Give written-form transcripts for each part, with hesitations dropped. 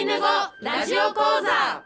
イヌ語ラジオ講座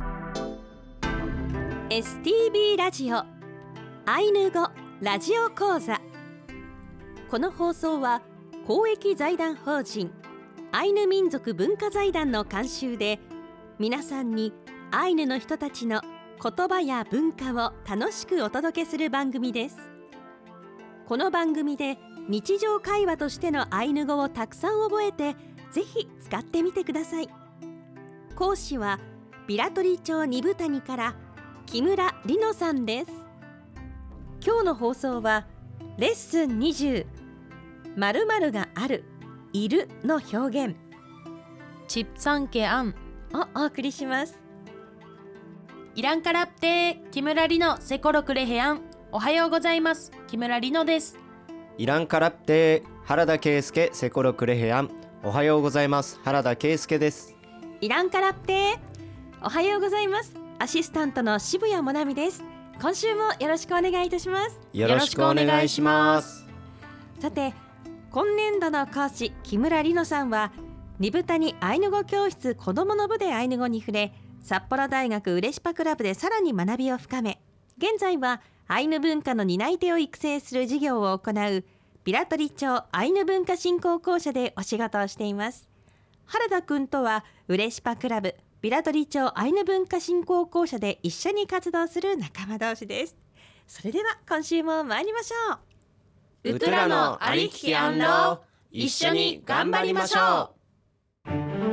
STB ラジオアイヌ語ラジオ講座。この放送は公益財団法人アイヌ民族文化財団の監修で、皆さんにアイヌの人たちの言葉や文化を楽しくお届けする番組です。この番組で日常会話としてのアイヌ語をたくさん覚えて、ぜひ使ってみてください。講師はビラトリ町二部谷から木村里乃さんです。今日の放送はレッスン20、〇〇がある、いるの表現 집상케안 をお送りします。 イランカラプテ木村里乃セコロクレヘアン。おはようございます。木村里乃です。 イランカラプテ原田圭介セコロクレヘアン。おはようございます。原田圭介です。 イランカラプテおはようございます。アシスタントの渋谷もなみです。今週もよろしくお願いいたします。 よろしくお願いします。 さて、今年度の講師木村里乃さんは二部谷アイヌ語教室子どもの部でアイヌ語に触れ、札幌大学うれしぱクラブでさらに学びを深め、現在はアイヌ文化の担い手を育成する事業を行うビラトリ町アイヌ文化振興公社でお仕事をしています。原田くんとはうれしぱクラブビラトリ町アイヌ文化振興公社で一緒に活動する仲間同士です。それでは今週も参りましょう。 ウトラのありききアンロ一緒に頑張りましょう。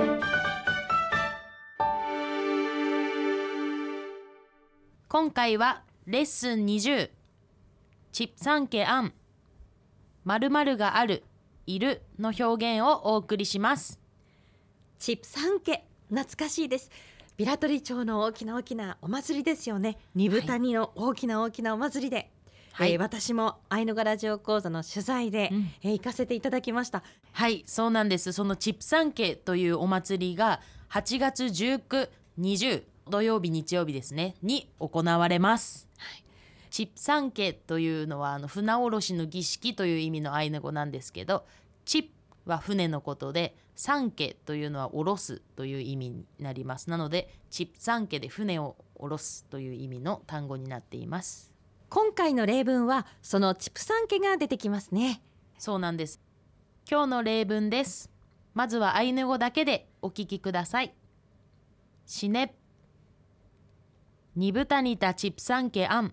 今回はレッスン20、집상케안〇〇がある、いるの表現をお送りします。 집상케、懐かしいです。ビラトリ町の大きな大きなお祭りですよね。二部谷の大きな大きなお祭りで、私もアイヌ語ラジオ講座の取材で、行かせていただきました。 はい、そうなんです。その집상케というお祭りが8月19、20土曜日日曜日ですねに行われます。집상케というのは船下ろしの儀式という意味のアイヌ語なんですけど、チは船のことで、サンケというのは下ろすという意味になります。なので집상케で船を下ろすという意味の単語になっています。 今回の例文はその집상케が出てきますね。 そうなんです。今日の例文です。まずはアイヌ語だけでお聞きください。シネニブタニタ집상케안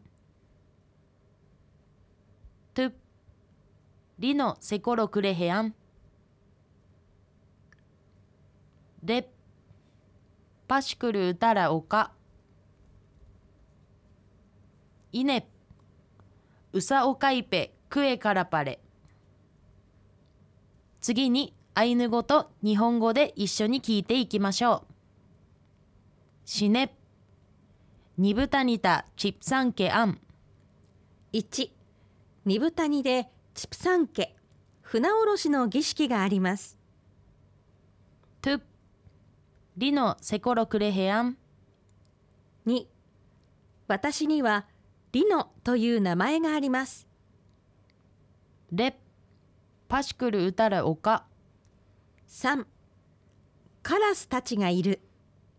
トゥリノセコロクレヘアンレパシクルウタラオカイネウサオカイペクエカラパレ。次にアイヌ語と日本語で一緒に聞いていきましょう。シネニブタニタ집상케안。 1、二部谷で집상케、船下ろしの儀式があります。 トゥリノセコロクレヘアン。 2、私にはリノという名前があります。 レパシクルウタラオカ。 3、カラスたちがいる。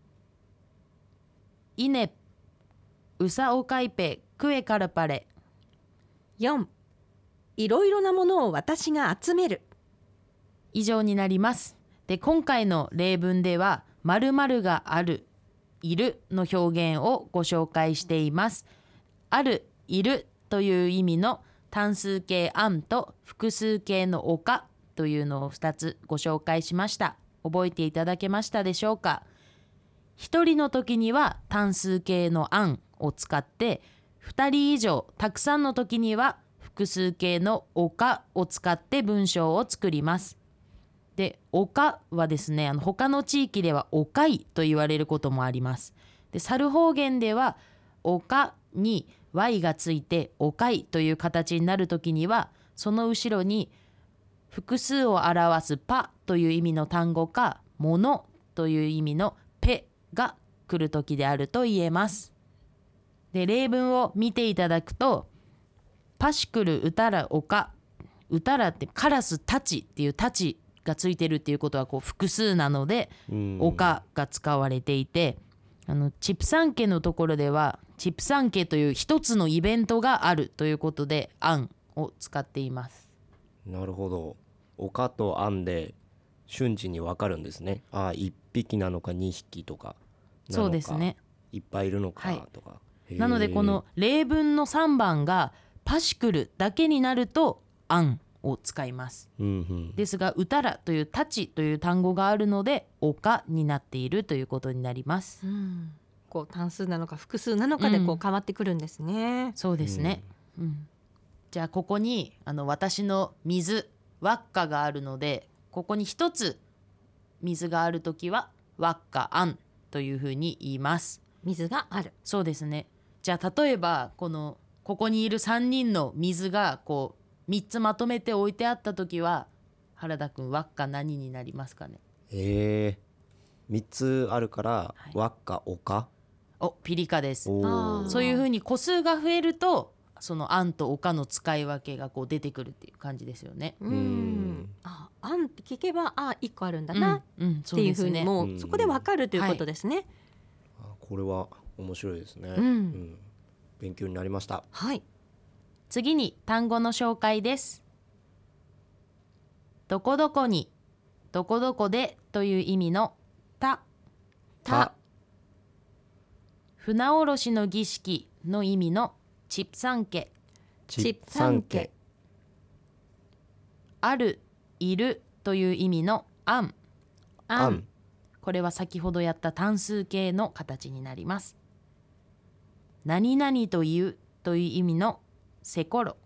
イネウサオカイペクエカラパレ。 4、いろいろなものを私が集める。 以上になります。で、今回の例文では〇〇がある、いるの表現をご紹介しています。ある、いるという意味の単数形アンと複数形のオカというのを2つご紹介しました。覚えていただけましたでしょうか。1人の時には単数形のアンを使って、2人以上たくさんの時には複数形のオカを使って文章を作ります。で、オカはですね、他の地域ではオカイと言われることもあります。で、猿方言ではオカに Y がついてオカイという形になるときには、その後ろに複数を表すパという意味の単語か、ものという意味のペが来るときであると言えます。で、例文を見ていただくと、パシクルウタラオカ、ウタラってカラスたちっていうたちがついてるっていうことはこう複数なので丘が使われていて、チプサン家のところではチプサン家という一つのイベントがあるということでアンを使っています。 なるほど。丘とアンで瞬時に分かるんですね。1匹なのか2匹とかなのか、 そうですね、 いっぱいいるのか、 はい、 とか。 なのでこの例文の3番がパシクルだけになるとアンを使います、ですがウタラというタチという単語があるので丘になっているということになります、 こう単数なのか複数なのかでこう変わってくるんですね、 そうですね、じゃあここに私の水ワッカがあるので、ここに一つ水があるときはワッカアンというふうに言います。 水がある。 そうですね。じゃあ例えばここにいる3人の水がこう3つまとめて置いてあったときは、原田くんワッカ何になりますかね。 3つあるからワッカ丘、 ピリカです。そういうふうに個数が増えるとそのアンとオカの使い分けがこう出てくるっていう感じですよね。 アンって聞けば1個あるんだなっていうふうにもうそこで分かるということですね。 これは面白いですね、勉強になりました。 はい、 次に単語の紹介です。どこどこにどこどこでという意味のた、船おろしの儀式の意味のチプサンケ、あるいるという意味のアン、これは先ほどやった単数形の形になります。何々というという意味のセコロ、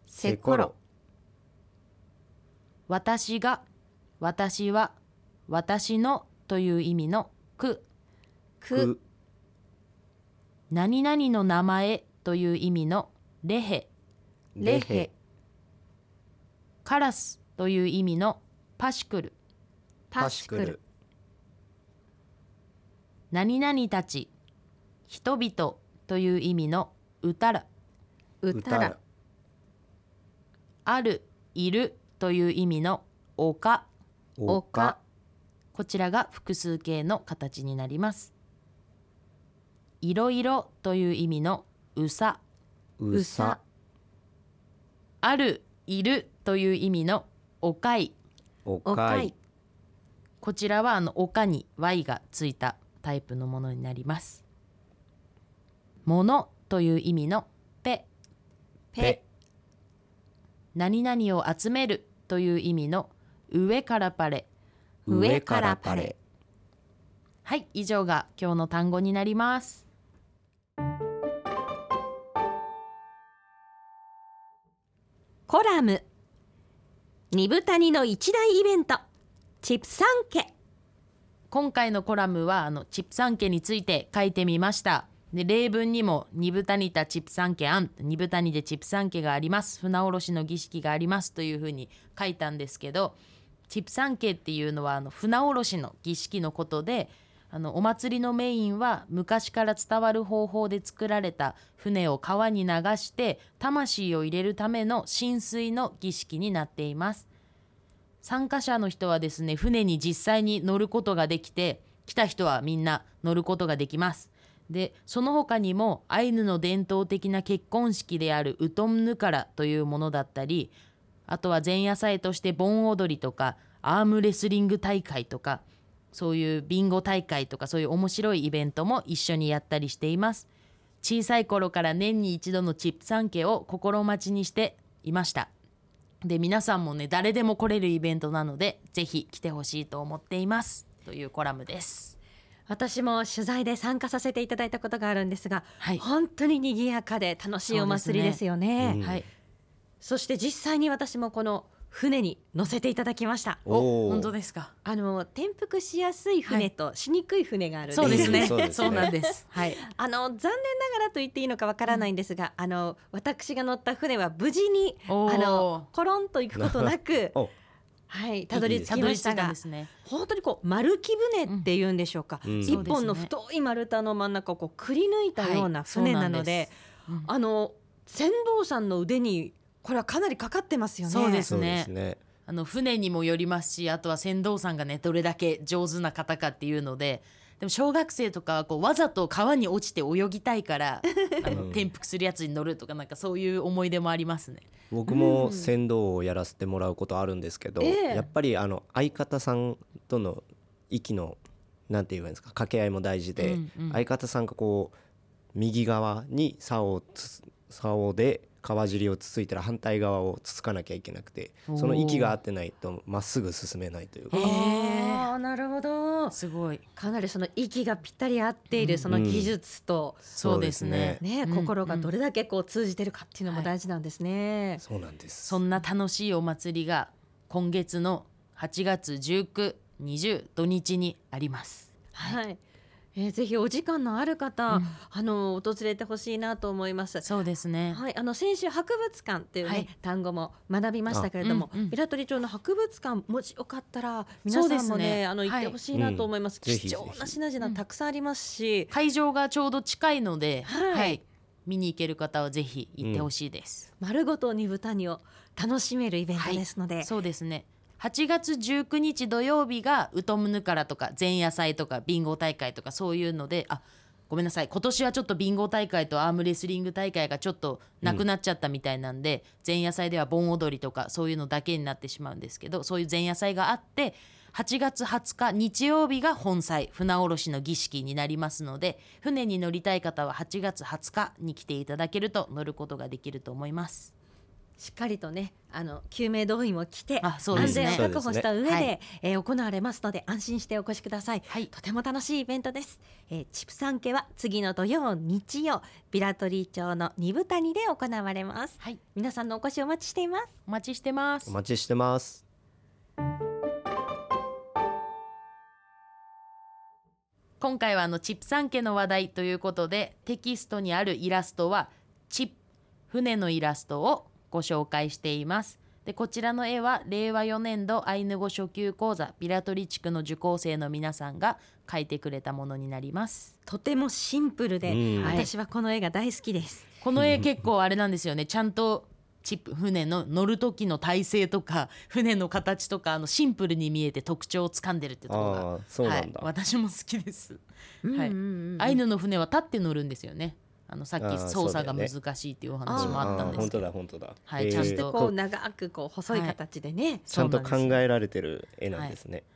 私が、私は、私のという意味のく、何々の名前という意味のレヘ、カラスという意味のパシクル、何々たち、人々という意味のウタラ、ある、いるという意味の丘、こちらが複数形の形になります。いろいろという意味のうさ、ある、いるという意味のおかい、こちらはおかに Y がついたタイプのものになります。ものという意味のペ、何々を集めるという意味の上からパレ、はい、以上が今日の単語になります。 コラム、二部谷の一大イベント、チプサン家。 今回のコラムはチプサン家について書いてみました。で例文にも二部谷たチプサン家アン、二部谷でチプサン家があります、船おろしの儀式がありますというふうに書いたんですけど、チプサン家っていうのは船おろしの儀式のことで、お祭りのメインは昔から伝わる方法で作られた船を川に流して魂を入れるための浸水の儀式になっています。参加者の人はですね、船に実際に乗ることができて、来た人はみんな乗ることができます。でその他にもアイヌの伝統的な結婚式であるウトンヌカラというものだったり、あとは前夜祭として盆踊りとかアームレスリング大会とか、そういうビンゴ大会とか、そういう面白いイベントも一緒にやったりしています。小さい頃から年に一度のチプサン家を心待ちにしていました。で皆さんもね、誰でも来れるイベントなのでぜひ来てほしいと思っていますというコラムです。 私も取材で参加させていただいたことがあるんですが、本当に賑やかで楽しいお祭りですよね。そして実際に私もこの船に乗せていただきました。 本当ですか。 転覆しやすい船としにくい船があるんです。 そうですね。そうなんです。残念ながらと言っていいのかわからないんですが、私が乗った船は無事にコロンと行くことなくたどり着きましたが、本当にこう丸木船っていうんでしょうか、一本の太い丸太の真ん中をこうくり抜いたような船なので、船頭さんの腕にこれはかなりかかってますよね。 そうですね。 船にもよりますし、あとは船頭さんがねどれだけ上手な方かっていうので、でも小学生とかはこうわざと川に落ちて泳ぎたいから転覆するやつに乗るとか、なんかそういう思い出もありますね。 僕も船頭をやらせてもらうことあるんですけど、やっぱり相方さんとの息のなんて言うんですか、掛け合いも大事で、相方さんがこう右側に竿で川尻をつついたら反対側をつつかなきゃいけなくて、その息が合ってないとまっすぐ進めないというか。 なるほど。 すごい。 かなりその息がぴったり合っているその技術と、 そうですね。 心がどれだけこう通じてるかっていうのも大事なんですね。 そうなんです。 そんな楽しいお祭りが今月の8月19、20土日にあります。 はい。ぜひお時間のある方、訪れてほしいなと思います。 そうですね。 はい、先週博物館っていうね、単語も学びましたけれども、平取町の博物館もしよかったら皆さんもね、行ってほしいなと思います。貴重な品々たくさんありますし、 会場がちょうど近いので、見に行ける方はぜひ行ってほしいです。 丸ごと煮豚煮を楽しめるイベントですので、 そうですね。8月19日土曜日がウトムヌカラとか前夜祭とかビンゴ大会とかそういうので、ごめんなさい、今年はちょっとビンゴ大会とアームレスリング大会がちょっとなくなっちゃったみたいなんで、前夜祭では盆踊りとかそういうのだけになってしまうんですけど、そういう前夜祭があって、8月20日日曜日が本祭船下ろしの儀式になりますので、船に乗りたい方は8月20日に来ていただけると乗ることができると思います。 しっかりとね、救命胴衣も着て、 そうですね、 安全を確保した上で、行われますので安心してお越しください。とても楽しいイベントです。チプサンケは次の土曜日曜平取町の煮豚煮で行われます。皆さんのお越しお待ちしています。 お待ちしてます。 お待ちしてます。 今回はチプサンケの話題ということで、テキストにあるイラストは船のイラストをご紹介しています。でこちらの絵は令和4年度アイヌ語初級講座平取地区の受講生の皆さんが描いてくれたものになります。 とてもシンプルで、私はこの絵が大好きです。 この絵結構あれなんですよね、ちゃんと船の乗る時の体勢とか船の形とかシンプルに見えて特徴をつかんでるってところが、 そうなんだ、 私も好きです。アイヌの船は立って乗るんですよね。さっき操作が難しいっていうお話もあったんですけど、 本当だ、 ちゃんとこう長くこう細い形でね、 ちゃんと考えられてる絵なんですね。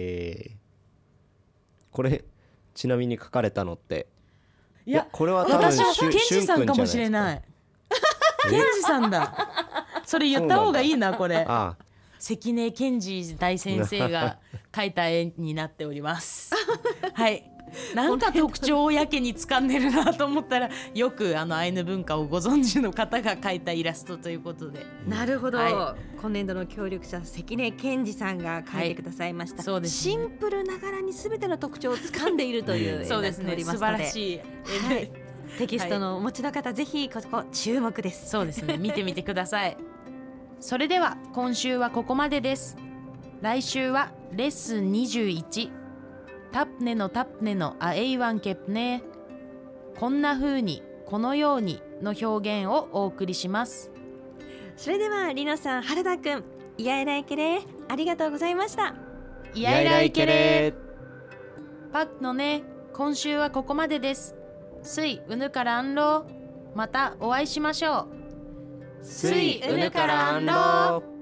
これちなみに描かれたのって、いやこれは多分私はケンジさんかもしれない。ケンジさんだ。それ言った方がいいな、これ。関根健治大先生が描いた絵になっております。はい。なんか特徴をやけに掴んでるなと思ったら、よくアイヌ文化をご存知の方が描いたイラストということで。 なるほど、今年度の協力者関根健治さんが描いてくださいました。 そうですね、 シンプルながらに全ての特徴を掴んでいるという絵になっておりますので、 素晴らしい絵で、 テキストのお持ちの方、ぜひここ注目です。 そうですね、見てみてください。それでは今週はここまでです。来週はレッスン21、タプネのタプネのアエイワンケプネ、こんな風にこのようにの表現をお送りします。 それではリノさん、原田くん、イヤイライケレありがとうございました。 イヤイライケレパッのね、今週はここまでです。スイウヌからアンロー、またお会いしましょう。スイウヌからアンロー。